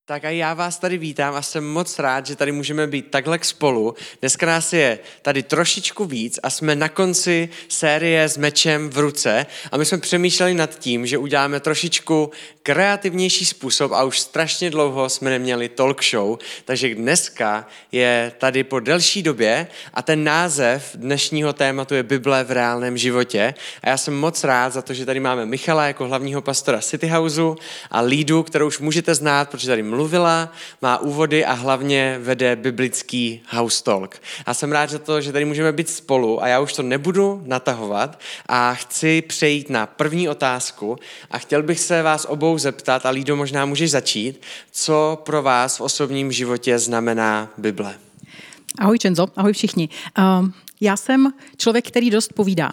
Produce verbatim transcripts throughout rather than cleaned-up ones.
Tak a já vás tady vítám a jsem moc rád, že tady můžeme být takhle spolu. Dneska nás je tady trošičku víc a jsme na konci série s mečem v ruce a my jsme přemýšleli nad tím, že uděláme trošičku kreativnější způsob a už strašně dlouho jsme neměli talk show, takže dneska je tady po delší době a ten název dnešního tématu je Bible v reálném životě a já jsem moc rád za to, že tady máme Michala jako hlavního pastora City Houseu a Lídu, kterou už můžete znát, protože tady mluvila, má úvody a hlavně vede biblický House Talk. A jsem rád za to, že tady můžeme být spolu a já už to nebudu natahovat a chci přejít na první otázku a chtěl bych se vás obou zeptat, a Lído, možná můžeš začít, co pro vás v osobním životě znamená Bible. Ahoj Čenzo, ahoj všichni. Uh, já jsem člověk, který dost povídá.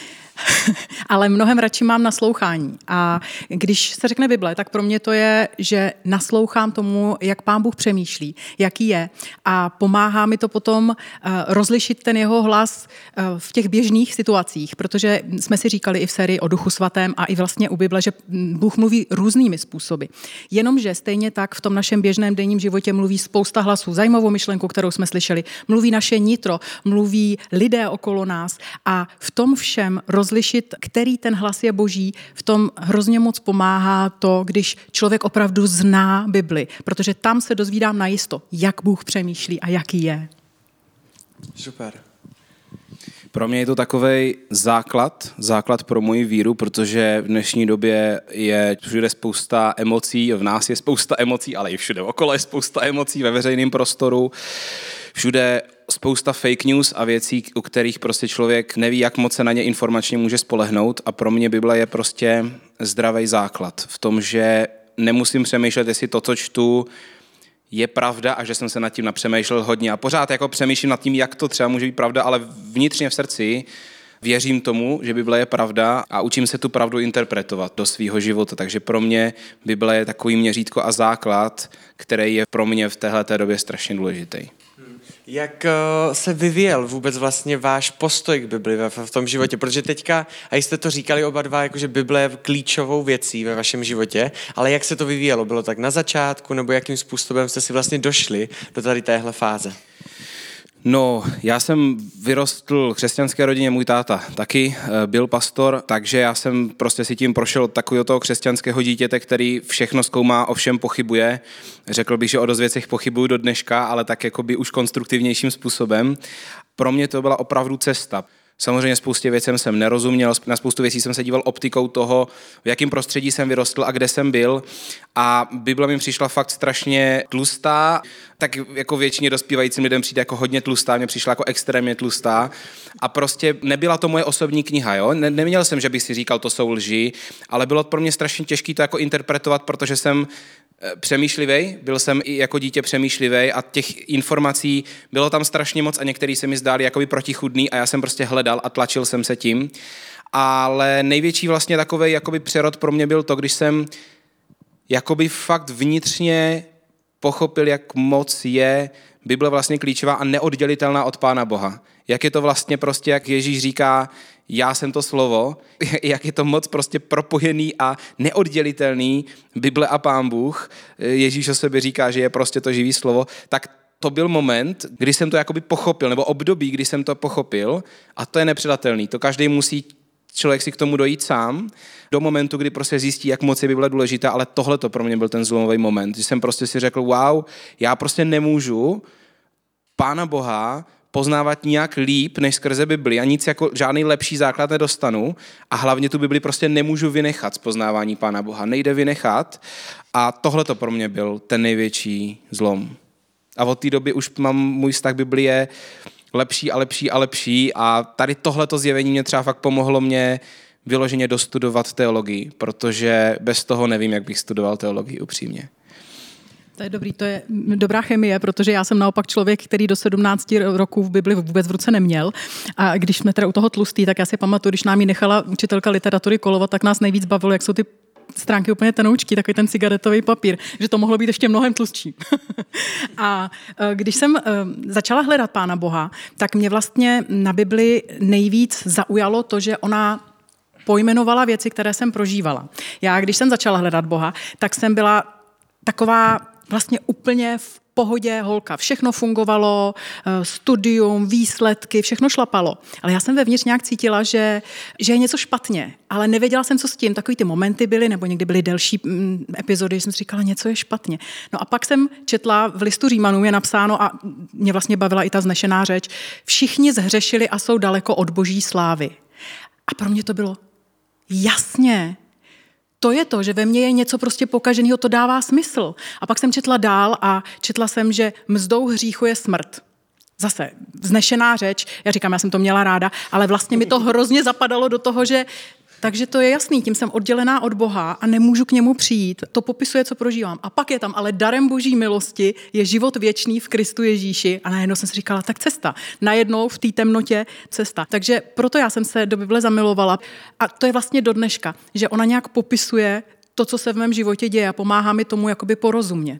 Ale mnohem radši mám naslouchání. A když se řekne Bible, tak pro mě to je, že naslouchám tomu, jak Pán Bůh přemýšlí, jaký je. A pomáhá mi to potom rozlišit ten jeho hlas v těch běžných situacích, protože jsme si říkali i v sérii o Duchu svatém a i vlastně u Bible, že Bůh mluví různými způsoby. Jenomže stejně tak v tom našem běžném denním životě mluví spousta hlasů. Zajímavou myšlenku, kterou jsme slyšeli. Mluví naše nitro, mluví lidé okolo nás a v tom všem rozlišit, který ten hlas je boží, v tom hrozně moc pomáhá to, když člověk opravdu zná Bibli, protože tam se dozvídám najisto, jak Bůh přemýšlí a jaký je. Super. Pro mě je to takovej základ, základ pro moji víru, protože v dnešní době je všude spousta emocí, v nás je spousta emocí, ale i všude okolo je spousta emocí ve veřejném prostoru. Všude spousta fake news a věcí, u kterých prostě člověk neví, jak moc se na ně informačně může spolehnout a pro mě Bible je prostě zdravý základ v tom, že nemusím přemýšlet, jestli to, co čtu, je pravda a že jsem se nad tím napřemýšlel hodně a pořád jako přemýšlím nad tím, jak to třeba může být pravda, ale vnitřně v srdci věřím tomu, že Bible je pravda a učím se tu pravdu interpretovat do svého života, takže pro mě Bible je takový měřítko a základ, který je pro mě v téhleté době strašně důležitý. Jak se vyvíjel vůbec vlastně váš postoj k Bibli v tom životě? Protože teďka, a jste to říkali oba dva, jakože Bible je klíčovou věcí ve vašem životě, ale jak se to vyvíjelo? Bylo tak na začátku, nebo jakým způsobem jste si vlastně došli do tady téhle fáze? No, já jsem vyrostl v křesťanské rodině, můj táta taky byl pastor, takže já jsem prostě si tím prošel takového toho křesťanského dítěte, který všechno zkoumá, o všem pochybuje. Řekl bych, že o dost věcech pochybuju do dneška, ale tak jakoby už konstruktivnějším způsobem. Pro mě to byla opravdu cesta. Samozřejmě spoustě věcem jsem nerozuměl, na spoustu věcí jsem se díval optikou toho, v jakém prostředí jsem vyrostl a kde jsem byl a Bible mi přišla fakt strašně tlustá, tak jako většině dospívajícím lidem přijde jako hodně tlustá, mě přišla jako extrémně tlustá a prostě nebyla to moje osobní kniha, jo? Ne, neměl jsem, že bych si říkal, to jsou lži, ale bylo pro mě strašně těžké to jako interpretovat, protože jsem přemýšlivej, byl jsem i jako dítě přemýšlivej a těch informací bylo tam strašně moc a některý se mi zdály jakoby protichůdný a já jsem prostě hledal a tlačil jsem se tím. Ale největší vlastně takovej jakoby přerod pro mě byl to, když jsem jakoby fakt vnitřně pochopil, jak moc je Bible vlastně klíčová a neoddělitelná od Pána Boha. Jak je to vlastně prostě, jak Ježíš říká, já jsem to slovo, jak je to moc prostě propojený a neoddělitelný Bible a Pán Bůh. Ježíš o sobě říká, že je prostě to živý slovo, tak to byl moment, kdy jsem to jakoby pochopil, nebo období, kdy jsem to pochopil a to je nepředatelný. To každý musí člověk si k tomu dojít sám, do momentu, kdy prostě zjistí, jak moc je Bible důležitá, ale tohle to pro mě byl ten zlomový moment, že jsem prostě si řekl, wow, já prostě nemůžu Pána Boha poznávat nějak líp než skrze Bibli a nic jako žádný lepší základ nedostanu a hlavně tu Bibli prostě nemůžu vynechat z poznávání Pána Boha. Nejde vynechat a tohle to pro mě byl ten největší zlom. A od té doby už mám můj vztah Bibli je lepší a lepší a lepší a tady tohleto zjevení mě třeba fakt pomohlo mě vyloženě dostudovat teologii, protože bez toho nevím, jak bych studoval teologii upřímně. To je dobrý, to je dobrá chemie, protože já jsem naopak člověk, který do sedmnácti roků v Bibli vůbec v ruce neměl. A když jsme teda u toho tlustý, tak já si pamatuju, když nám ji nechala učitelka literatury kolovat, tak nás nejvíc bavilo, jak jsou ty stránky úplně tenoučky, takový ten cigaretový papír, že to mohlo být ještě mnohem tlustší. A když jsem začala hledat Pána Boha, tak mě vlastně na Bibli nejvíc zaujalo to, že ona pojmenovala věci, které jsem prožívala. Já, když jsem začala hledat Boha, tak jsem byla taková vlastně úplně v pohodě holka. Všechno fungovalo, studium, výsledky, všechno šlapalo. Ale já jsem vevnitř nějak cítila, že, že je něco špatně, ale nevěděla jsem, co s tím. Takový ty momenty byly, nebo někdy byly delší mm, epizody, že jsem si říkala, něco je špatně. No a pak jsem četla, v listu Římanům je napsáno, a mě vlastně bavila i ta znešená řeč, všichni zhřešili a jsou daleko od boží slávy. A pro mě to bylo jasně. To je to, že ve mně je něco prostě pokaženého, to dává smysl. A pak jsem četla dál a četla jsem, že mzdou hříchu je smrt. Zase vznešená řeč, já říkám, já jsem to měla ráda, ale vlastně mi to hrozně zapadalo do toho, že takže to je jasný, tím jsem oddělená od Boha a nemůžu k němu přijít. To popisuje, co prožívám. A pak je tam, ale darem boží milosti je život věčný v Kristu Ježíši. A najednou jsem si říkala, tak cesta. Najednou v té temnotě cesta. Takže proto já jsem se do Bible zamilovala. A to je vlastně do dneška, že ona nějak popisuje to, co se v mém životě děje a pomáhá mi tomu jakoby porozumět.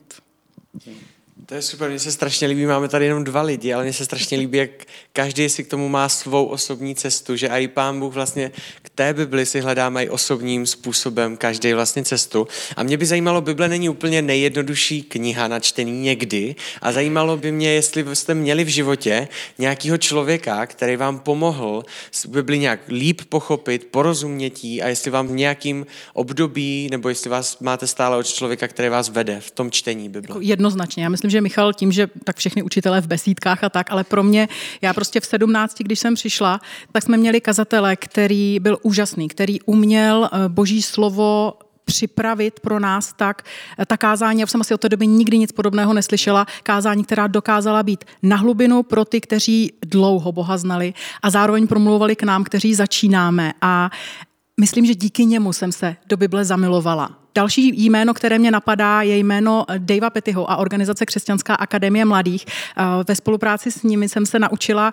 To je super, mně se strašně líbí, máme tady jenom dva lidi, ale mně se strašně líbí, jak každý si k tomu má svou osobní cestu, že i Pán Bůh vlastně k té Bibli si hledáme i osobním způsobem každý vlastně cestu. A mě by zajímalo, Bible není úplně nejjednodušší kniha na čtení někdy a zajímalo by mě, jestli jste měli v životě nějakého člověka, který vám pomohl Bibli nějak líp pochopit, porozumětí a jestli vám v nějakým období, nebo jestli vás máte stále od člověka, který vás vede v tom čtení Bible. Jako jednoznačně, já myslím, že Michal tím, že tak všechny učitelé v besídkách a tak, ale pro mě, já prostě v sedmnácti, když jsem přišla, tak jsme měli kazatele, který byl úžasný, který uměl boží slovo připravit pro nás tak, ta kázání, já jsem asi od té doby nikdy nic podobného neslyšela, kázání, která dokázala být na hlubinu pro ty, kteří dlouho Boha znali a zároveň promluvali k nám, kteří začínáme a myslím, že díky němu jsem se do Bible zamilovala. Další jméno, které mě napadá, je jméno Davea Pettyho a organizace Křesťanská akademie mladých. Ve spolupráci s nimi jsem se naučila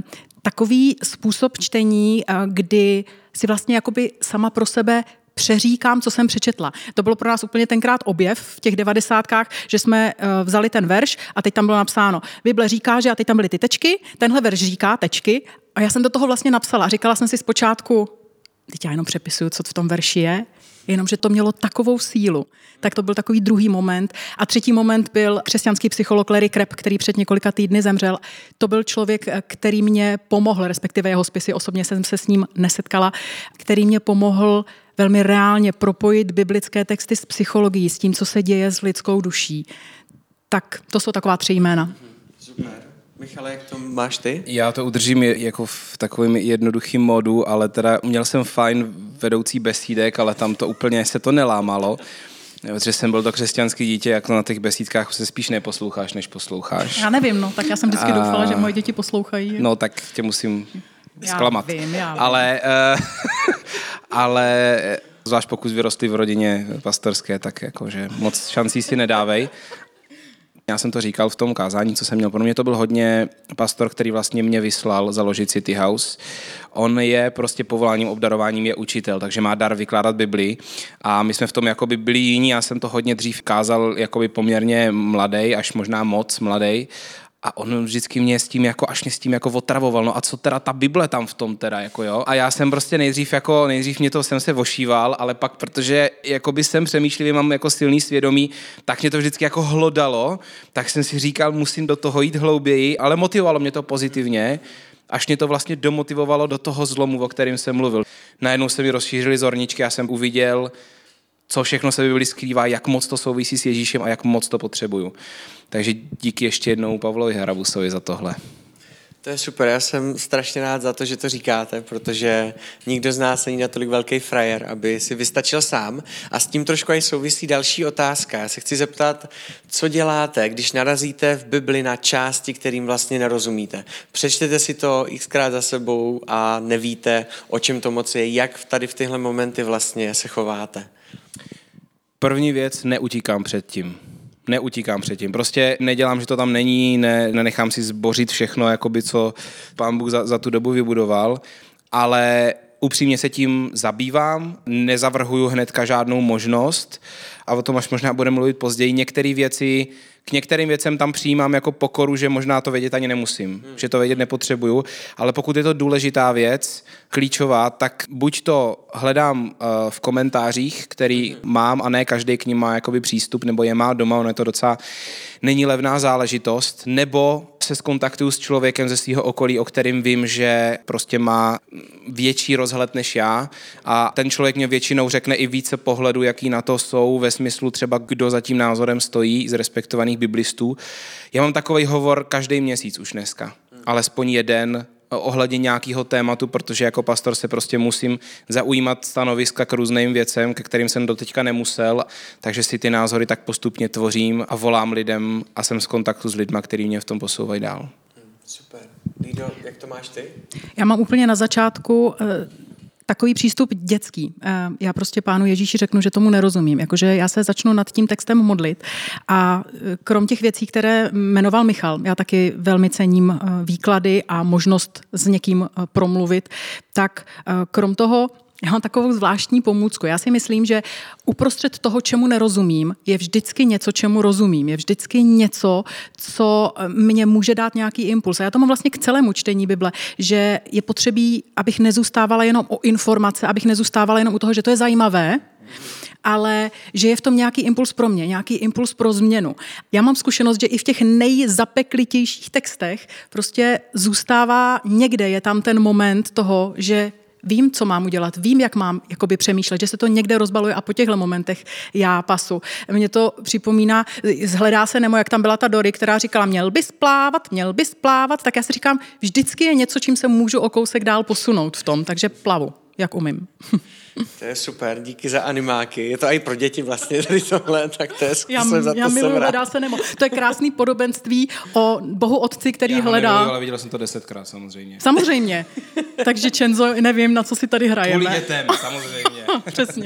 takový způsob čtení, kdy si vlastně jakoby sama pro sebe přeříkám, co jsem přečetla. To bylo pro nás úplně tenkrát objev v těch devadesátkách, že jsme vzali ten verš a teď tam bylo napsáno. Bible říká, že a teď tam byly ty tečky, tenhle verš říká tečky a já jsem do toho vlastně napsala. Říkala jsem si zpočátku, teď já jenom přepisuju, co v tom verši je, jenomže to mělo takovou sílu. Tak to byl takový druhý moment. A třetí moment byl křesťanský psycholog Larry Crabb, který před několika týdny zemřel. To byl člověk, který mě pomohl, respektive jeho spisy, osobně jsem se s ním nesetkala, který mě pomohl velmi reálně propojit biblické texty s psychologií, s tím, co se děje s lidskou duší. Tak to jsou taková tři jména. Super. Michale, jak to máš ty? Já to udržím jako v takovém jednoduchým modu, ale teda měl jsem fajn vedoucí besídek, ale tam to úplně se to nelámalo. Protože jsem byl to křesťanský dítě, jak na těch besídkách se spíš neposloucháš, než posloucháš. Já nevím, no, tak já jsem vždycky a... doufala, že moje děti poslouchají. No, tak tě musím já zklamat. Vím, já vím. Ale, uh, ale zvlášť pokud vyrostli v rodině pastorské, tak jakože moc šancí si nedávej. Já jsem to říkal v tom kázání, co jsem měl. Pro mě to byl hodně pastor, který vlastně mě vyslal založit City House. On je prostě povoláním, obdarováním, je učitel, takže má dar vykládat Biblii. A my jsme v tom jakoby byli jiní. Já jsem to hodně dřív kázal jakoby poměrně mladej, až možná moc mladej. A on vždycky mě s tím jako, až mě s tím jako otravoval, no a co teda ta Bible tam v tom teda, jako jo. A já jsem prostě nejdřív jako, nejdřív mě to jsem se vošíval, ale pak, protože jakoby jsem přemýšlivý, mám jako silný svědomí, tak mě to vždycky jako hlodalo, tak jsem si říkal, musím do toho jít hlouběji, ale motivovalo mě to pozitivně, až mě to vlastně domotivovalo do toho zlomu, o kterém jsem mluvil. Najednou se mi rozšířily zorničky, já jsem uviděl, co všechno se Bibli skrývá, jak moc to souvisí s Ježíšem a jak moc to potřebuju. Takže díky ještě jednou Pavlovi Harabusovi za tohle. To je super, já jsem strašně rád za to, že to říkáte, protože nikdo z nás není natolik velký frajer, aby si vystačil sám. A s tím trošku i souvisí další otázka. Já se chci zeptat, co děláte, když narazíte v Bibli na části, kterým vlastně nerozumíte. Přečtete si to xkrát za sebou a nevíte, o čem to moc je, jak tady v tyhle momenty vlastně se chováte. První věc, neutíkám před tím. Neutíkám před tím. Prostě nedělám, že to tam není, ne, nenechám si zbořit všechno, jakoby, co Pán Bůh za, za tu dobu vybudoval, ale upřímně se tím zabývám, nezavrhuju hnedka žádnou možnost a o tom až možná budeme mluvit později. Některé věci, k některým věcem tam přijímám jako pokoru, že možná to vědět ani nemusím, hmm. že to vědět nepotřebuju, ale pokud je to důležitá věc, klíčová, tak buď to hledám uh, v komentářích, který hmm. mám a ne každý k nim má jakoby přístup, nebo je má doma, ono je to docela není levná záležitost, nebo se skontaktuju s člověkem ze svého okolí, o kterým vím, že prostě má větší rozhled než já a ten člověk mě většinou řekne i více pohledů, jaký na to jsou, ve smyslu třeba kdo za tím názorem stojí z respektovaných biblistů. Já mám takový hovor každý měsíc už dneska, alespoň jeden ohledně nějakého tématu, protože jako pastor se prostě musím zaujímat stanoviska k různým věcem, ke kterým jsem doteďka nemusel, takže si ty názory tak postupně tvořím a volám lidem a jsem v kontaktu s lidma, kteří mě v tom posouvají dál. Super. Lido, jak to máš ty? Já mám úplně na začátku takový přístup dětský. Já prostě Pánu Ježíši řeknu, že tomu nerozumím. Jakože já se začnu nad tím textem modlit a krom těch věcí, které jmenoval Michal, já taky velmi cením výklady a možnost s někým promluvit, tak krom toho já mám takovou zvláštní pomůcku. Já si myslím, že uprostřed toho, čemu nerozumím, je vždycky něco, čemu rozumím. Je vždycky něco, co mě může dát nějaký impuls. A já to mám vlastně k celému čtení Bible, že je potřebí, abych nezůstávala jenom o informace, abych nezůstávala jenom u toho, že to je zajímavé, ale že je v tom nějaký impuls pro mě, nějaký impuls pro změnu. Já mám zkušenost, že i v těch nejzapeklitějších textech prostě zůstává někde, je tam ten moment toho, že vím, co mám udělat, vím, jak mám jakoby přemýšlet, že se to někde rozbaluje a po těchto momentech já pasu. Mně to připomíná, zhledá se Nemo, jak tam byla ta Dory, která říkala, měl bys plávat, měl bys plávat, tak já si říkám, vždycky je něco, čím se můžu o kousek dál posunout v tom, takže plavu, jak umím. To je super, díky za animáky. Je to i pro děti vlastně tady tohle, tak to je Já, za to já miluji, jsem hledá se Nemo. To je krásný podobenství o Bohu Otci, který já hledá. Nemiluji, ale viděl jsem to desetkrát samozřejmě. Samozřejmě. Takže Čenzo, nevím, na co si tady hrajeme. Kvůli dětem, samozřejmě. Přesně.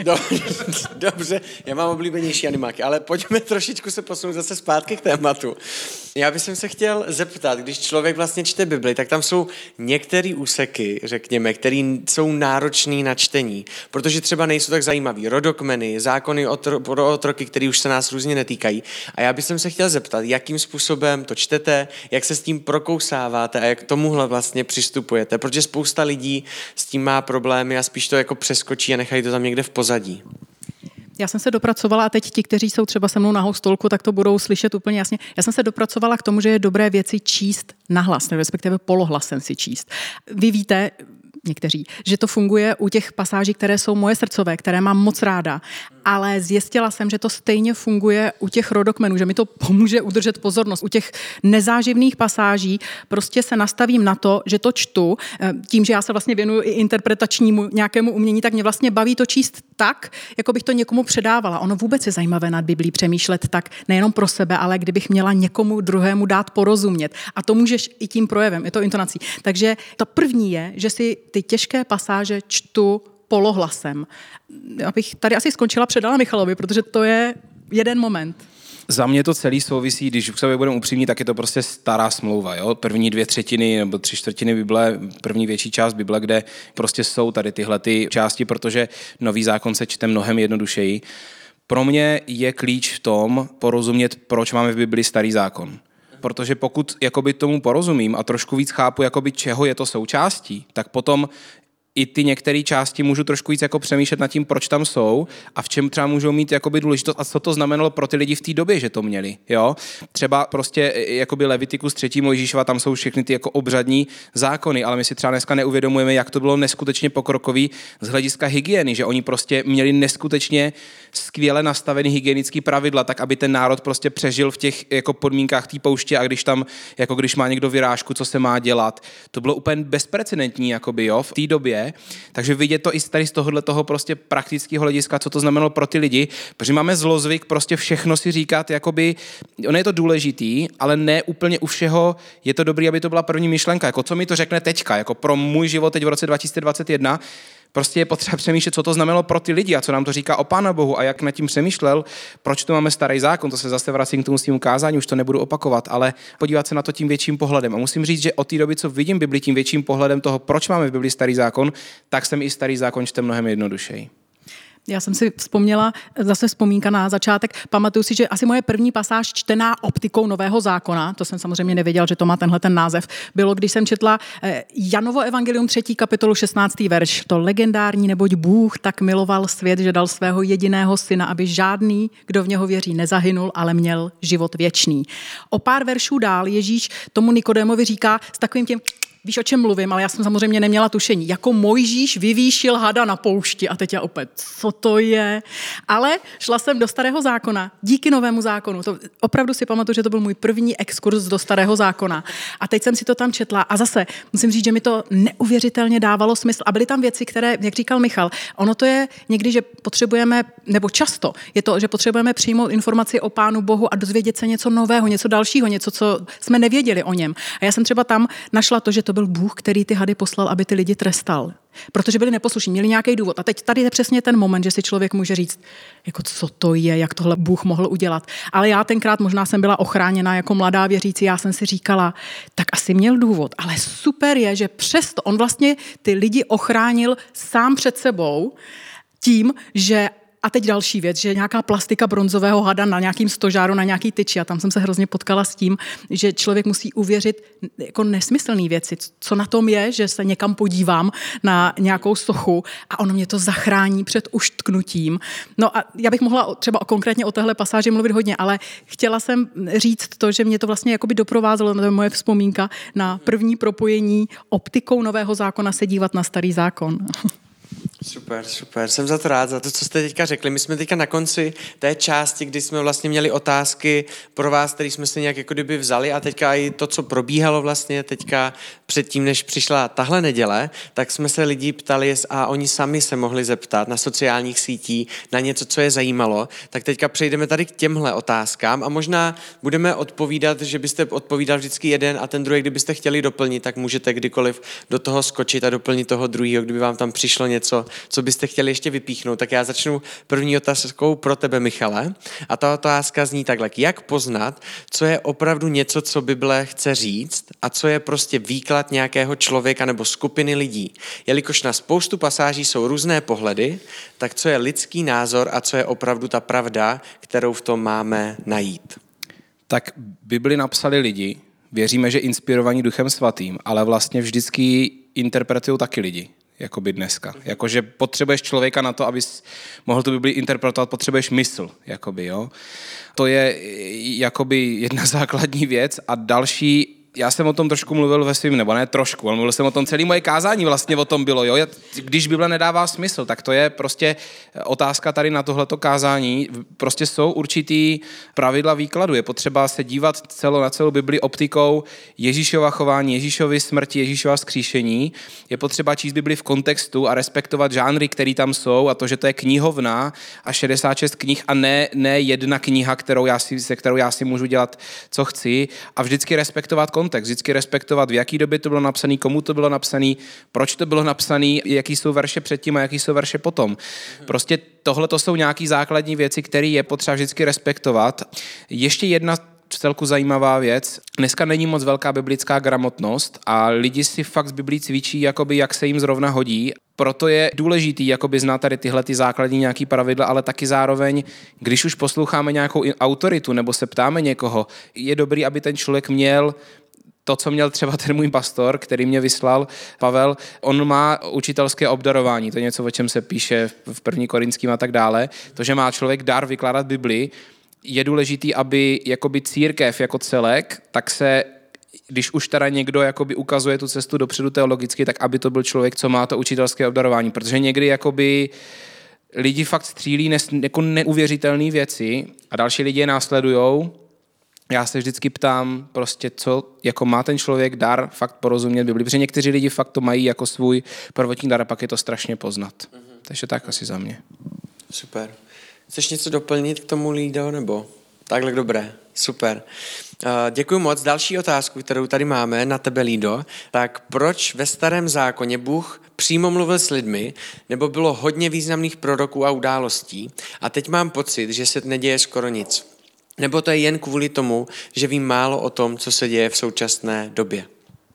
Dobře, já mám oblíbenější animáky, ale pojďme trošičku se posunout zase zpátky k tématu. Já bych se chtěl zeptat, když člověk vlastně čte Bibli, tak tam jsou některé úseky, řekněme, které jsou náročné na čtení, protože třeba nejsou tak zajímavý. Rodokmeny, zákony otro, pro otroky, které už se nás různě netýkají. A já bych se chtěl zeptat, jakým způsobem to čtete, jak se s tím prokousáváte a jak k tomuhle vlastně přistupujete, protože spousta lidí s tím má problémy a spíš to jako přeskočí a nechají to tam někde v pozadí. Já jsem se dopracovala a teď ti, kteří jsou třeba se mnou na stolku, tak to budou slyšet úplně jasně. Já jsem se dopracovala k tomu, že je dobré věci číst nahlas, respektive polohlasem si číst. Vy víte, někteří, že to funguje u těch pasáží, které jsou moje srdcové, které mám moc ráda, ale zjistila jsem, že to stejně funguje u těch rodokmenů, že mi to pomůže udržet pozornost. U těch nezáživných pasáží prostě se nastavím na to, že to čtu, tím, že já se vlastně věnuju i interpretačnímu nějakému umění, tak mě vlastně baví to číst tak, jako bych to někomu předávala. Ono vůbec je zajímavé nad Biblí přemýšlet tak nejenom pro sebe, ale kdybych měla někomu druhému dát porozumět. A to můžeš i tím projevem, i to intonací. Takže to první je, že si ty těžké pasáže čtu polohlasem. Abych tady asi skončila, předala Michalovi, protože to je jeden moment. Za mě to celý souvisí, když k sobě budeme upřímní, tak je to prostě stará smlouva. Jo? První dvě třetiny nebo tři čtvrtiny Bible, první větší část Bible, kde prostě jsou tady tyhle ty části, protože nový zákon se čte mnohem jednodušeji. Pro mě je klíč v tom porozumět, proč máme v Bibli starý zákon. Protože pokud jakoby tomu porozumím a trošku víc chápu, jakoby čeho je to součástí, tak potom i ty některé části můžu trošku víc jako přemýšlet nad tím, proč tam jsou a v čem třeba můžou mít jakoby důležitost a co to znamenalo pro ty lidi v té době, že to měli. Jo? Třeba prostě jakoby Levitikus třetí Mojžíšova, tam jsou všechny ty jako obřadní zákony, ale my si třeba dneska neuvědomujeme, jak to bylo neskutečně pokrokový z hlediska hygieny, že oni prostě měli neskutečně skvěle nastavený hygienický pravidla, tak aby ten národ prostě přežil v těch jako podmínkách té pouště a když tam, jako když má někdo vyrážku, co se má dělat. To bylo úplně bezprecedentní jakoby, jo, v té době. Takže vidět to i tady z tohohle toho prostě praktického hlediska, co to znamenalo pro ty lidi, protože máme zlozvyk prostě všechno si říkat, jakoby, ono je to důležitý, ale ne úplně u všeho je to dobrý, aby to byla první myšlenka, jako co mi to řekne teďka, jako pro můj život teď v roce dva tisíce dvacet jedna, Prostě je potřeba přemýšlet, co to znamenalo pro ty lidi a co nám to říká o Pánu Bohu a jak nad tím přemýšlel, proč tu máme starý zákon, to se zase vracím k tomu svým kázání, už to nebudu opakovat, ale podívat se na to tím větším pohledem. A musím říct, že od té doby, co vidím Bibli tím větším pohledem toho, proč máme v Bibli starý zákon, tak jsem i starý zákon čte mnohem jednodušeji. Já jsem si vzpomněla, zase vzpomínka na začátek, pamatuju si, že asi moje první pasáž čtená optikou Nového zákona, to jsem samozřejmě nevěděl, že to má tenhle ten název, bylo, když jsem četla Janovo evangelium třetí kapitolu šestnáctý verš, to legendární, neboť Bůh tak miloval svět, že dal svého jediného syna, aby žádný, kdo v něho věří, nezahynul, ale měl život věčný. O pár veršů dál Ježíš tomu Nikodémovi říká s takovým tím víš, o čem mluvím, ale já jsem samozřejmě neměla tušení. Jako Mojžíš vyvýšil hada na poušti a teď já opět, co to je? Ale šla jsem do Starého zákona, díky Novému zákonu. To opravdu si pamatuju, že to byl můj první exkurs do Starého zákona. A teď jsem si to tam četla a zase musím říct, že mi to neuvěřitelně dávalo smysl. A byly tam věci, které, jak říkal Michal, ono to je někdy, že potřebujeme, nebo často je to, že potřebujeme přijmout informaci o Pánu Bohu a dozvědět se něco nového, něco dalšího, něco, co jsme nevěděli o něm. A já jsem třeba tam našla to, že to byl Bůh, který ty hady poslal, aby ty lidi trestal. Protože byli neposlušní, měli nějaký důvod. A teď tady je přesně ten moment, že si člověk může říct, jako co to je, jak tohle Bůh mohl udělat. Ale já tenkrát možná jsem byla ochráněna jako mladá věřící, já jsem si říkala, tak asi měl důvod. Ale super je, že přesto on vlastně ty lidi ochránil sám před sebou tím, že a teď další věc, že nějaká plastika bronzového hada na nějakým stožáru, na nějaký tyči. A tam jsem se hrozně potkala s tím, že člověk musí uvěřit jako nesmyslné věci. Co na tom je, že se někam podívám na nějakou sochu a ono mě to zachrání před uštknutím. No a já bych mohla třeba konkrétně o téhle pasáži mluvit hodně, ale chtěla jsem říct to, že mě to vlastně jakoby doprovázelo, to je moje vzpomínka na první propojení optikou Nového zákona se dívat na Starý zákon. Super, super. Jsem za to rád, za to, co jste teďka řekli. My jsme teďka na konci té části, kdy jsme vlastně měli otázky pro vás, které jsme si nějak jako kdyby vzali a teďka i to, co probíhalo vlastně teďka předtím, než přišla tahle neděle, tak jsme se lidí ptali a oni sami se mohli zeptat na sociálních sítích, na něco, co je zajímalo. Tak teďka přejdeme tady k těmhle otázkám a možná budeme odpovídat, že byste odpovídal vždycky jeden a ten druhý, kdybyste chtěli doplnit, tak můžete kdykoliv do toho skočit a doplnit toho druhého, kdyby vám tam přišlo něco, co byste chtěli ještě vypíchnout. Tak já začnu první otázkou pro tebe, Michale. A ta otázka zní takhle. Jak poznat, co je opravdu něco, co Bible chce říct a co je prostě výklad nějakého člověka nebo skupiny lidí? Jelikož na spoustu pasáží jsou různé pohledy, tak co je lidský názor a co je opravdu ta pravda, kterou v tom máme najít? Tak Bibli napsali lidi, věříme, že inspirovaní Duchem Svatým, ale vlastně vždycky interpretují taky lidi. Jakoby dneska. Jakože potřebuješ člověka na to, abys mohl tu Bibli interpretovat, potřebuješ mysl. Jakoby, jo. To je jakoby jedna základní věc a další, já jsem o tom trošku mluvil ve svým, nebo ne trošku, ale mluvil jsem o tom, celé moje kázání vlastně o tom bylo. Jo? Když Bible nedává smysl, tak to je prostě otázka tady na tohleto kázání. Prostě jsou určitý pravidla výkladu. Je potřeba se dívat celo, na celou Bibli optikou Ježíšova chování, Ježíšovy smrti, Ježíšova vzkříšení. Je potřeba číst Bibli v kontextu a respektovat žánry, které tam jsou a to, že to je knihovna a šedesát šest knih a ne, ne jedna kniha, kterou já si, se kterou já si můžu dělat, co chci a vždycky respektovat kontext. Vždycky respektovat, v jaký době to bylo napsané, komu to bylo napsané, proč to bylo napsané, jaký jsou verše předtím a jaký jsou verše potom. Prostě tohle to jsou nějaké základní věci, které je potřeba vždycky respektovat. Ještě jedna vcelku zajímavá věc. Dneska není moc velká biblická gramotnost a lidi si fakt z Biblí cvičí, jakoby, jak se jim zrovna hodí. Proto je důležitý jakoby znát tady tyhle ty základní nějaký pravidla, ale taky zároveň, když už posloucháme nějakou autoritu nebo se ptáme někoho, je dobrý, aby ten člověk měl to, co měl třeba ten můj pastor, který mě vyslal, Pavel, on má učitelské obdarování, to je něco, o čem se píše v první Korinským a tak dále, to, že má člověk dar vykládat Bibli, je důležitý, aby jakoby církev jako celek, tak se, když už teda někdo jakoby ukazuje tu cestu dopředu teologicky, tak aby to byl člověk, co má to učitelské obdarování, protože někdy jakoby lidi fakt střílí ne, jako neuvěřitelné věci a další lidi je následujou. Já se vždycky ptám prostě, co jako má ten člověk dar fakt porozumět Bibli, protože někteří lidi fakt to mají jako svůj prvotní dar a pak je to strašně poznat. Mm-hmm. Takže tak asi za mě. Super. Chceš něco doplnit k tomu, Lído, nebo takhle dobré? Super. Děkuji moc. Další otázku, kterou tady máme na tebe, Lído. Tak proč ve Starém zákoně Bůh přímo mluvil s lidmi, nebo bylo hodně významných proroků a událostí a teď mám pocit, že se neděje skoro nic? Nebo to je jen kvůli tomu, že vím málo o tom, co se děje v současné době?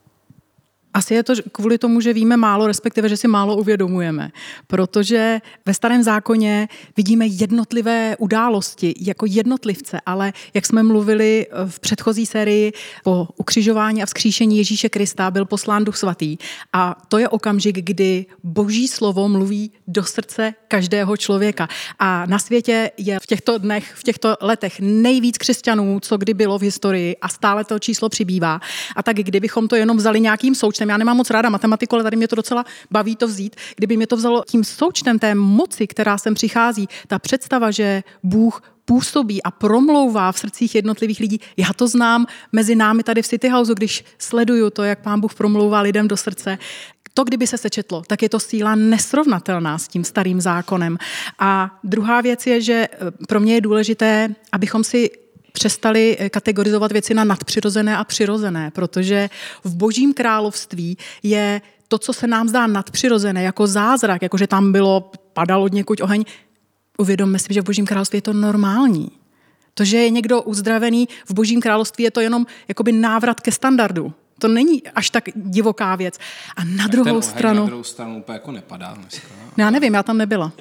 Asi je to kvůli tomu, že víme málo, respektive, že si málo uvědomujeme. Protože ve Starém zákoně vidíme jednotlivé události jako jednotlivce, ale jak jsme mluvili v předchozí sérii, po ukřižování a vzkříšení Ježíše Krista byl poslán Duch Svatý. A to je okamžik, kdy Boží slovo mluví do srdce každého člověka. A na světě je v těchto dnech, v těchto letech nejvíc křesťanů, co kdy bylo v historii a stále to číslo přibývá. A tak kdybychom to jenom vzali nějakým součtem, já nemám moc ráda matematiku, ale tady mě to docela baví to vzít. Kdyby mě to vzalo tím součtem té moci, která sem přichází, ta představa, že Bůh působí a promlouvá v srdcích jednotlivých lidí. Já to znám mezi námi tady v City Houseu, když sleduju to, jak Pán Bůh promlouvá lidem do srdce. To, kdyby se sečetlo, tak je to síla nesrovnatelná s tím starým zákonem. A druhá věc je, že pro mě je důležité, abychom si přestali kategorizovat věci na nadpřirozené a přirozené, protože v Božím království je to, co se nám zdá nadpřirozené, jako zázrak, jako že tam bylo, padal od někud oheň. Uvědomme si, že v Božím království je to normální. To, že je někdo uzdravený v Božím království, je to jenom jakoby návrat ke standardu. To není až tak divoká věc. A na tak druhou ten stranu... na druhou stranu úplně jako nepadá dneska. No, já nevím, já tam nebyla.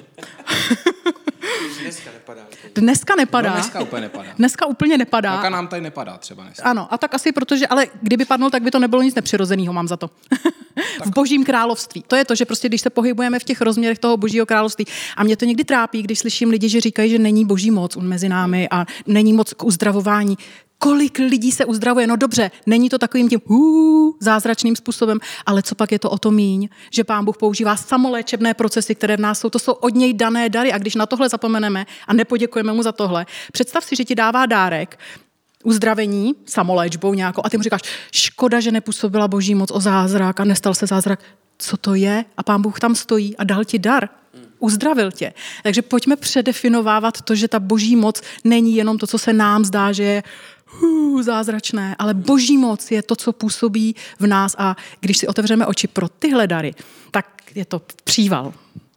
Dneska nepadá. Dneska nepadá. No, dneska úplně nepadá. Dneska úplně nepadá. Dneska nám tady nepadá třeba dneska. Ano, a tak asi protože, ale kdyby padnul, tak by to nebylo nic nepřirozeného, mám za to. V Božím království. To je to, že prostě když se pohybujeme v těch rozměrech toho Božího království. A mě to někdy trápí, když slyším lidi, že říkají, že není Boží moc mezi námi a není moc k uzdravování. Kolik lidí se uzdravuje? No dobře, není to takovým tím hů, zázračným způsobem, ale co pak je to o to míň, že Pán Bůh používá samoléčebné procesy, které v nás jsou, to jsou od něj dané dary a když na tohle zapomeneme a nepoděkujeme mu za tohle, představ si, že ti dává dárek, uzdravení, samoléčbou nějakou a ty mu říkáš, škoda, že nepůsobila Boží moc o zázrak a nestal se zázrak. Co to je? A Pán Bůh tam stojí a dal ti dar. Uzdravil tě. Takže pojďme předefinovávat to, že ta Boží moc není jenom to, co se nám zdá, že je hů, zázračné, ale Boží moc je to, co působí v nás a když si otevřeme oči pro tyhle dary, tak je to příval.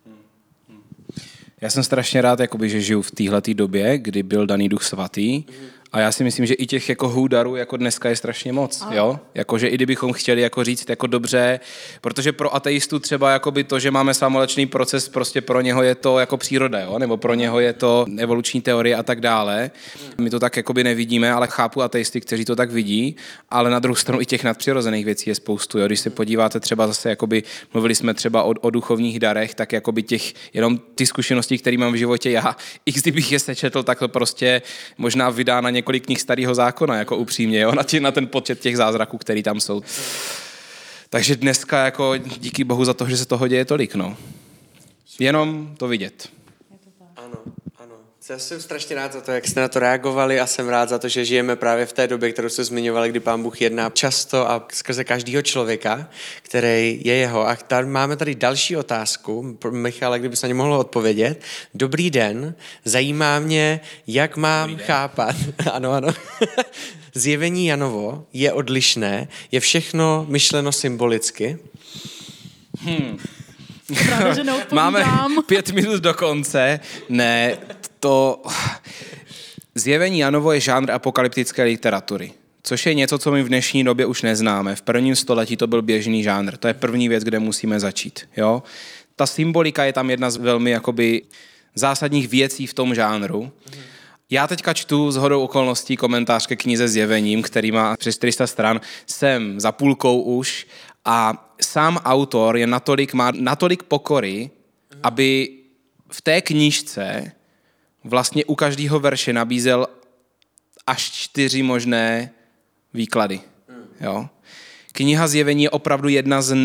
Já jsem strašně rád, jakoby, že žiju v téhleté době, kdy byl daný Duch Svatý. A já si myslím, že i těch jako hůdarů jako dneska je strašně moc, jo? Jakože i kdybychom chtěli jako říct jako dobře, protože pro ateistu třeba jakoby to, že máme samolečný proces, prostě pro něho je to jako příroda, jo? Nebo pro něho je to evoluční teorie a tak dále. My to tak jakoby nevidíme, ale chápu ateisty, kteří to tak vidí, ale na druhou stranu i těch nadpřirozených věcí je spoustu, jo? Když se podíváte třeba zase, jakoby mluvili jsme třeba o, o duchovních darech, tak jakoby těch, jenom ty zkušenosti, které mám v životě já, i kdybych je sečetl, tak to prostě možná vydá na několik knih Starého zákona, jako upřímně, jo, na, tě, na ten počet těch zázraků, který tam jsou. Takže dneska jako díky Bohu za to, že se toho děje tolik, no. Jenom to vidět. Ano, ano. Já jsem strašně rád za to, jak jste na to reagovali a jsem rád za to, že žijeme právě v té době, kterou jste zmiňovali, kdy Pán Bůh jedná často a skrze každého člověka, který je jeho. A tady máme tady další otázku. Michale, kdyby se na ně mohlo odpovědět. Dobrý den, zajímá mě, jak mám chápat. Ano, ano. Zjevení Janovo je odlišné, je všechno myšleno symbolicky. Hmm. Právě, že Máme pět minut do konce. Ne, to... Zjevení Janovo je žánr apokalyptické literatury, což je něco, co my v dnešní době už neznáme. V prvním století to byl běžný žánr. To je první věc, kde musíme začít. Jo? Ta symbolika je tam jedna z velmi jakoby zásadních věcí v tom žánru. Já teďka čtu shodou okolností komentář ke knize Zjevením, který má přes čtyři sta stran. Jsem za půlkou už a sám autor je natolik, má natolik pokory, aby v té knížce vlastně u každého verše nabízel až čtyři možné výklady. Jo? Kniha Zjevení je opravdu jedna z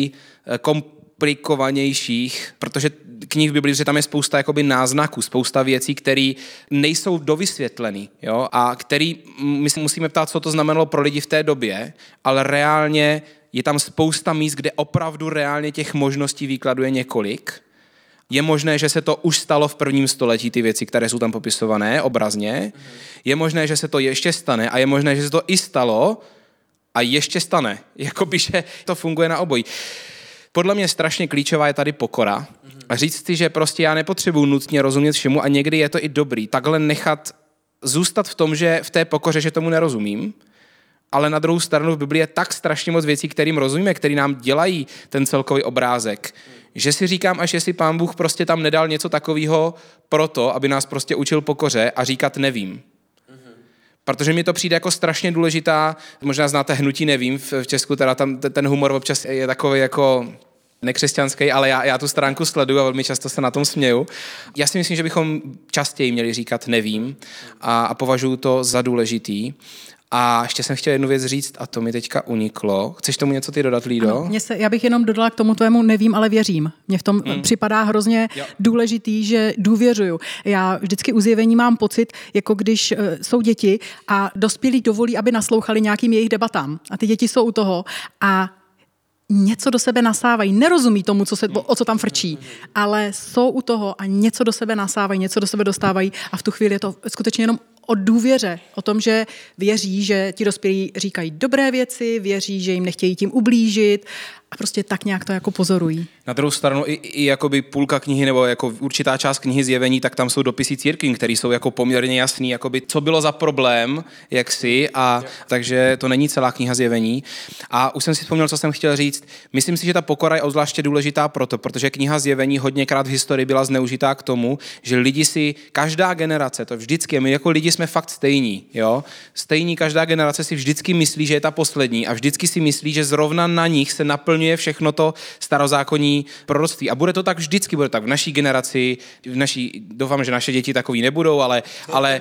nejkomplikovanějších, protože knih v Biblii, že tam je spousta jakoby náznaků, spousta věcí, které nejsou dovysvětlený, jo? A který my si musíme ptát, co to znamenalo pro lidi v té době, ale reálně je tam spousta míst, kde opravdu reálně těch možností výkladu je několik. je možné, že se to už stalo v prvním století, ty věci, které jsou tam popisované obrazně. Je možné, že se to ještě stane a je možné, že se to i stalo a ještě stane. Jakoby, že to funguje na obojí. Podle mě strašně klíčová je tady pokora a říct si, že prostě já nepotřebuji nutně rozumět všemu a někdy je to i dobrý. Takhle nechat zůstat v tom, že v té pokoře, že tomu nerozumím, ale na druhou stranu v Biblii je tak strašně moc věcí, kterým rozumíme, který nám dělají ten celkový obrázek, že si říkám, až jestli Pán Bůh prostě tam nedal něco takového proto, aby nás prostě učil pokoře a říkat nevím. Protože mi to přijde jako strašně důležitá, možná znáte hnutí nevím, v Česku teda tam ten humor občas je takový jako nekřesťanský, ale já, já tu stránku sleduju a velmi často se na tom směju. Já si myslím, že bychom častěji měli říkat nevím a, a považuji to za důležitý. A ještě jsem chtěl jednu věc říct a to mi teďka uniklo. Chceš tomu něco ty dodat, Lído? Ano, mě se, já bych jenom dodala k tomu tvému nevím, ale věřím. Mně v tom hmm. připadá hrozně jo. důležitý, že důvěřuju. Já vždycky u zjevení mám pocit, jako když uh, jsou děti a dospělí dovolí, aby naslouchali nějakým jejich debatám. A ty děti jsou u toho a něco do sebe nasávají. Nerozumí tomu, co se, o co tam frčí, ale jsou u toho a něco do sebe nasávají, něco do sebe dostávají a v tu chvíli je to skutečně jenom o důvěře, o tom, že věří, že ti dospělí říkají dobré věci, věří, že jim nechtějí tím ublížit a prostě tak nějak to jako pozorují. Na druhou stranu i, i jakoby půlka knihy nebo jako určitá část knihy Zjevení, tak tam jsou dopisy církví, které jsou jako poměrně jasný, jakoby co bylo za problém, jaksi, a takže to není celá kniha Zjevení. A už jsem si vzpomněl, co jsem chtěl říct. Myslím si, že ta pokora je obzvláště důležitá proto, protože kniha Zjevení hodněkrát v historii byla zneužitá k tomu, že lidi si, každá generace, to vždycky, my jako lidi jsme fakt stejní, jo? Stejní, každá generace si vždycky myslí, že je ta poslední a vždycky si myslí, že zrovna na nich se naplňuje všechno to starozákonní proroctví. A bude to tak vždycky, bude to tak v naší generaci, v naší, doufám, že naše děti takový nebudou, ale, ale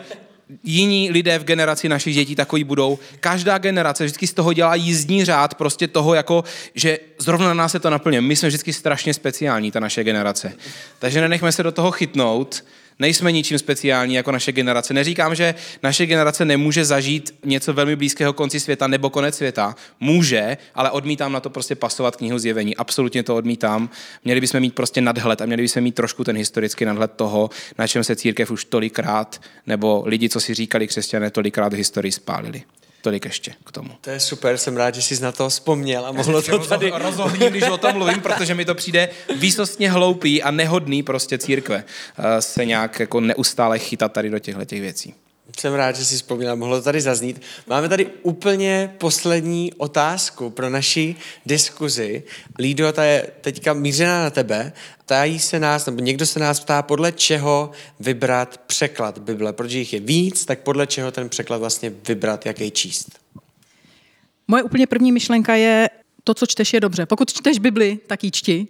jiní lidé v generaci našich dětí takový budou. Každá generace vždycky z toho dělá jízdní řád, prostě toho jako, že zrovna na nás se to naplňuje. My jsme vždycky strašně speciální, ta naše generace. Takže nenechme se do toho chytnout. Nejsme ničím speciální jako naše generace. Neříkám, že naše generace nemůže zažít něco velmi blízkého konci světa nebo konec světa. Může, ale odmítám na to prostě pasovat knihu Zjevení. Absolutně to odmítám. Měli bychom mít prostě nadhled a měli bychom mít trošku ten historický nadhled toho, na čem se církev už tolikrát, nebo lidi, co si říkali křesťané, tolikrát v historii spálili. Tolik ještě k tomu. To je super, jsem rád, že jsi na to vzpomněl a mohlo to tady... Rozohním, když o tom mluvím, protože mi to přijde výsostně hloupý a nehodný prostě církve se nějak jako neustále chytat tady do těchto těch věcí. Jsem rád, že jsi vzpomněl, mohlo to tady zaznít. Máme tady úplně poslední otázku pro naši diskuzi. Lído, ta je teďka mířená na tebe. Ptají se nás, nebo někdo se nás ptá, podle čeho vybrat překlad Bible. Protože jich je víc, tak podle čeho ten překlad vlastně vybrat, jaký číst. Moje úplně první myšlenka je, to, co čteš, je dobře. Pokud čteš Bibli, tak ji čti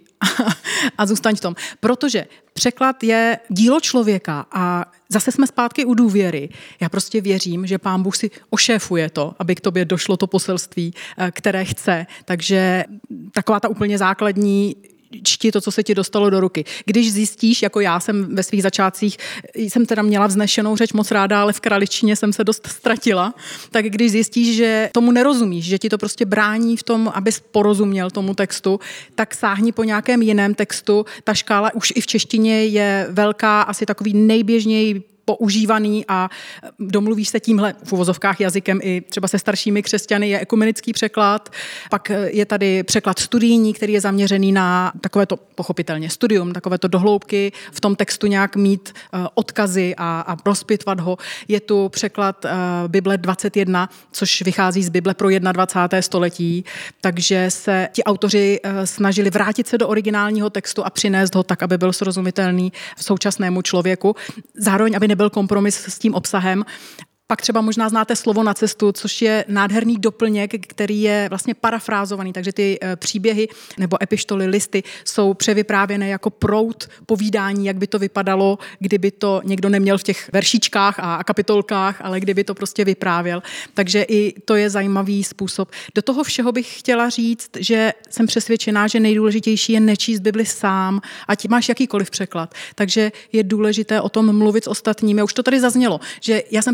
a zůstaň v tom. Protože překlad je dílo člověka a zase jsme zpátky u důvěry. Já prostě věřím, že Pán Bůh si ošéfuje to, aby k tobě došlo to poselství, které chce. Takže taková ta úplně základní čti to, co se ti dostalo do ruky. Když zjistíš, jako já jsem ve svých začátcích, jsem teda měla vznešenou řeč moc ráda, ale v kraličtině jsem se dost ztratila, tak když zjistíš, že tomu nerozumíš, že ti to prostě brání v tom, abys porozuměl tomu textu, tak sáhni po nějakém jiném textu. Ta škála už i v češtině je velká, asi takový nejběžněji používaný a domluvíš se tímhle v uvozovkách jazykem i třeba se staršími křesťany, je ekumenický překlad, pak je tady překlad studijní, který je zaměřený na takovéto pochopitelně studium, takovéto dohloubky, v tom textu nějak mít uh, odkazy a, a rozpitvat ho. Je tu překlad uh, Bible dvacet jedna, což vychází z Bible pro dvacátého prvního století, takže se ti autoři uh, snažili vrátit se do originálního textu a přinést ho tak, aby byl srozumitelný současnému člověku. Zároveň, aby nebyl kompromis s tím obsahem. Pak třeba možná znáte Slovo na cestu, což je nádherný doplněk, který je vlastně parafrázovaný, takže ty příběhy nebo epištoly, listy jsou převyprávěné jako proud povídání, jak by to vypadalo, kdyby to někdo neměl v těch veršičkách a kapitolkách, ale kdyby to prostě vyprávěl. Takže i to je zajímavý způsob. Do toho všeho bych chtěla říct, že jsem přesvědčená, že nejdůležitější je nečíst Bibli sám, ať máš jakýkoliv překlad. Takže je důležité o tom mluvit s ostatními. Už to tady zaznělo, že já jsem přesvědčená,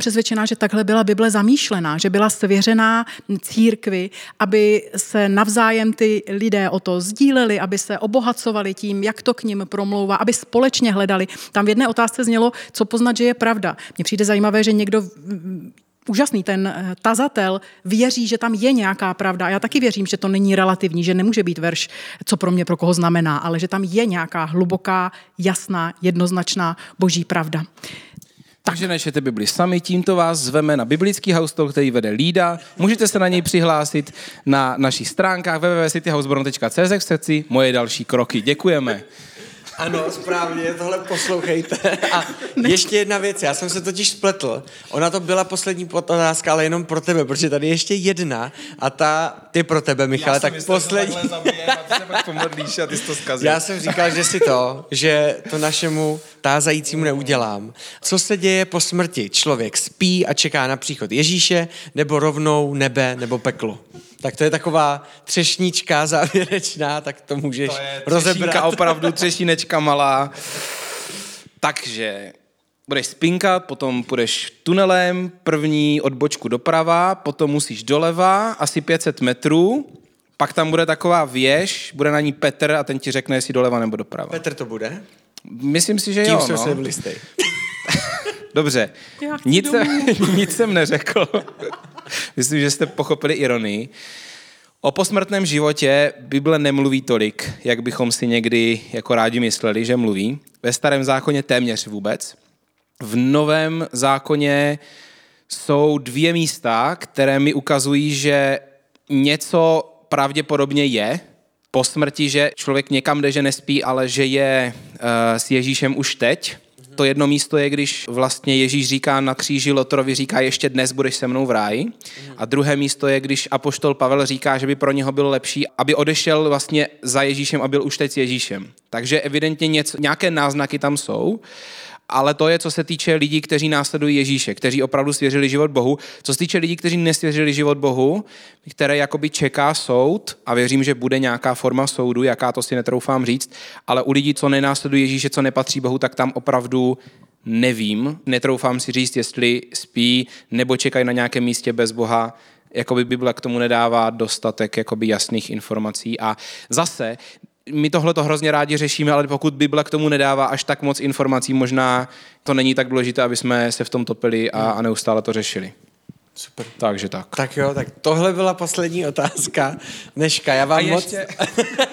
že takhle byla Bible zamýšlená, že byla svěřená církvi, aby se navzájem ty lidé o to sdíleli, aby se obohacovali tím, jak to k nim promlouvá, aby společně hledali. Tam v jedné otázce znělo, co poznat, že je pravda. Mně přijde zajímavé, že někdo úžasný, ten tazatel věří, že tam je nějaká pravda. A já taky věřím, že to není relativní, že nemůže být verš, co pro mě, pro koho znamená, ale že tam je nějaká hluboká, jasná, jednoznačná boží pravda. Takže nečtěte Bibli sami, tímto vás zveme na biblický house talk, který vede Lída. Můžete se na něj přihlásit na našich stránkách w w w tečka cityhouseborn tečka c z v sekci Moje další kroky. Děkujeme. Ano, správně, tohle poslouchejte. A ještě jedna věc, já jsem se totiž spletl. Ona to byla poslední otázka, ale jenom pro tebe, protože tady je ještě jedna a ta, ty pro tebe, Michale, tak poslední. Pomodlíš a ty jsi to zkazil. Já jsem říkal, že si to, že to našemu tázajícímu neudělám. Co se děje po smrti? Člověk spí a čeká na příchod Ježíše, nebo rovnou nebe, nebo peklo? Tak to je taková třešnička závěrečná, tak to můžeš to je rozebrat. Opravdu třešínečka malá. Takže budeš spinkat, potom půjdeš tunelem, první odbočku doprava, potom musíš doleva, asi pět set metrů, pak tam bude taková věž, bude na ní Petr a ten ti řekne, jestli doleva nebo doprava. Petr to bude? Myslím si, že Tím jo. Tím no. jsem byl jistý. Dobře, nic jsem, nic jsem neřekl. Myslím, že jste pochopili ironii. O posmrtném životě Bible nemluví tolik, jak bychom si někdy jako rádi mysleli, že mluví. Ve Starém zákoně téměř vůbec. V Novém zákoně jsou dvě místa, které mi ukazují, že něco pravděpodobně je po smrti, že člověk někam jde, že nespí, ale že je uh, s Ježíšem už teď. To jedno místo je, když vlastně Ježíš říká na kříži Lotrovi, říká, ještě dnes budeš se mnou v ráji. A druhé místo je, když apoštol Pavel říká, že by pro něho bylo lepší, aby odešel vlastně za Ježíšem a byl už teď s Ježíšem. Takže evidentně něco, nějaké náznaky tam jsou, ale to je, co se týče lidí, kteří následují Ježíše, kteří opravdu svěřili život Bohu. Co se týče lidí, kteří nesvěřili život Bohu, které jakoby čeká soud, a věřím, že bude nějaká forma soudu, jaká to si netroufám říct, ale u lidí, co nenásledují Ježíše, co nepatří Bohu, tak tam opravdu nevím. Netroufám si říct, jestli spí nebo čekají na nějakém místě bez Boha. Jakoby Bible k tomu nedává dostatek jakoby jasných informací. A zase my tohle to hrozně rádi řešíme, ale pokud Bible k tomu nedává až tak moc informací, možná to není tak důležité, aby jsme se v tom topili a, a neustále to řešili. Super. Takže tak. Tak jo, tak tohle byla poslední otázka dneška. Já vám a ještě... moc...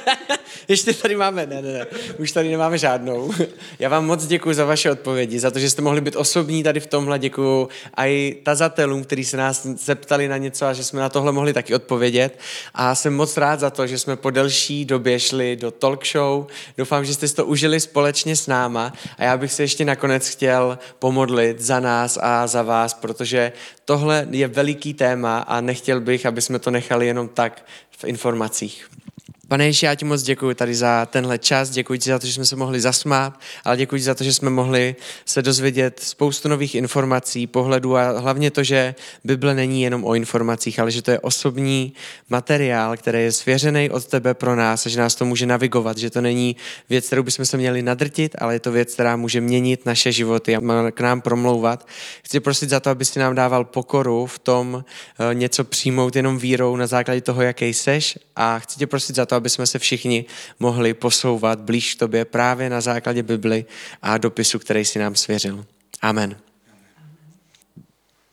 ještě tady máme, ne, ne, ne, už tady nemáme žádnou. Já vám moc děkuji za vaše odpovědi, za to, že jste mohli být osobní tady v tomhle. Děkuji i tazatelům, kteří se nás zeptali na něco a že jsme na tohle mohli taky odpovědět. A jsem moc rád za to, že jsme po delší době šli do talk show. Doufám, že jste si to užili společně s náma a já bych se ještě nakonec chtěl pomodlit za nás a za vás, protože tohle je veliký téma a nechtěl bych, aby jsme to nechali jenom tak v informacích. Pane Ježíši, já ti moc děkuji tady za tenhle čas, děkuji ti za to, že jsme se mohli zasmát, ale děkuji ti za to, že jsme mohli se dozvědět spoustu nových informací, pohledů a hlavně to, že Bible není jenom o informacích, ale že to je osobní materiál, který je svěřený od tebe pro nás a že nás to může navigovat, že to není věc, kterou bychom se měli nadrtit, ale je to věc, která může měnit naše životy a k nám promlouvat. Chci prosit za to, aby si nám dával pokoru v tom něco přijmout jenom vírou na základě toho, jaký seš, a chci tě prosit za to, aby jsme se všichni mohli posouvat blíž k tobě právě na základě Bibli a dopisu, který si nám svěřil. Amen.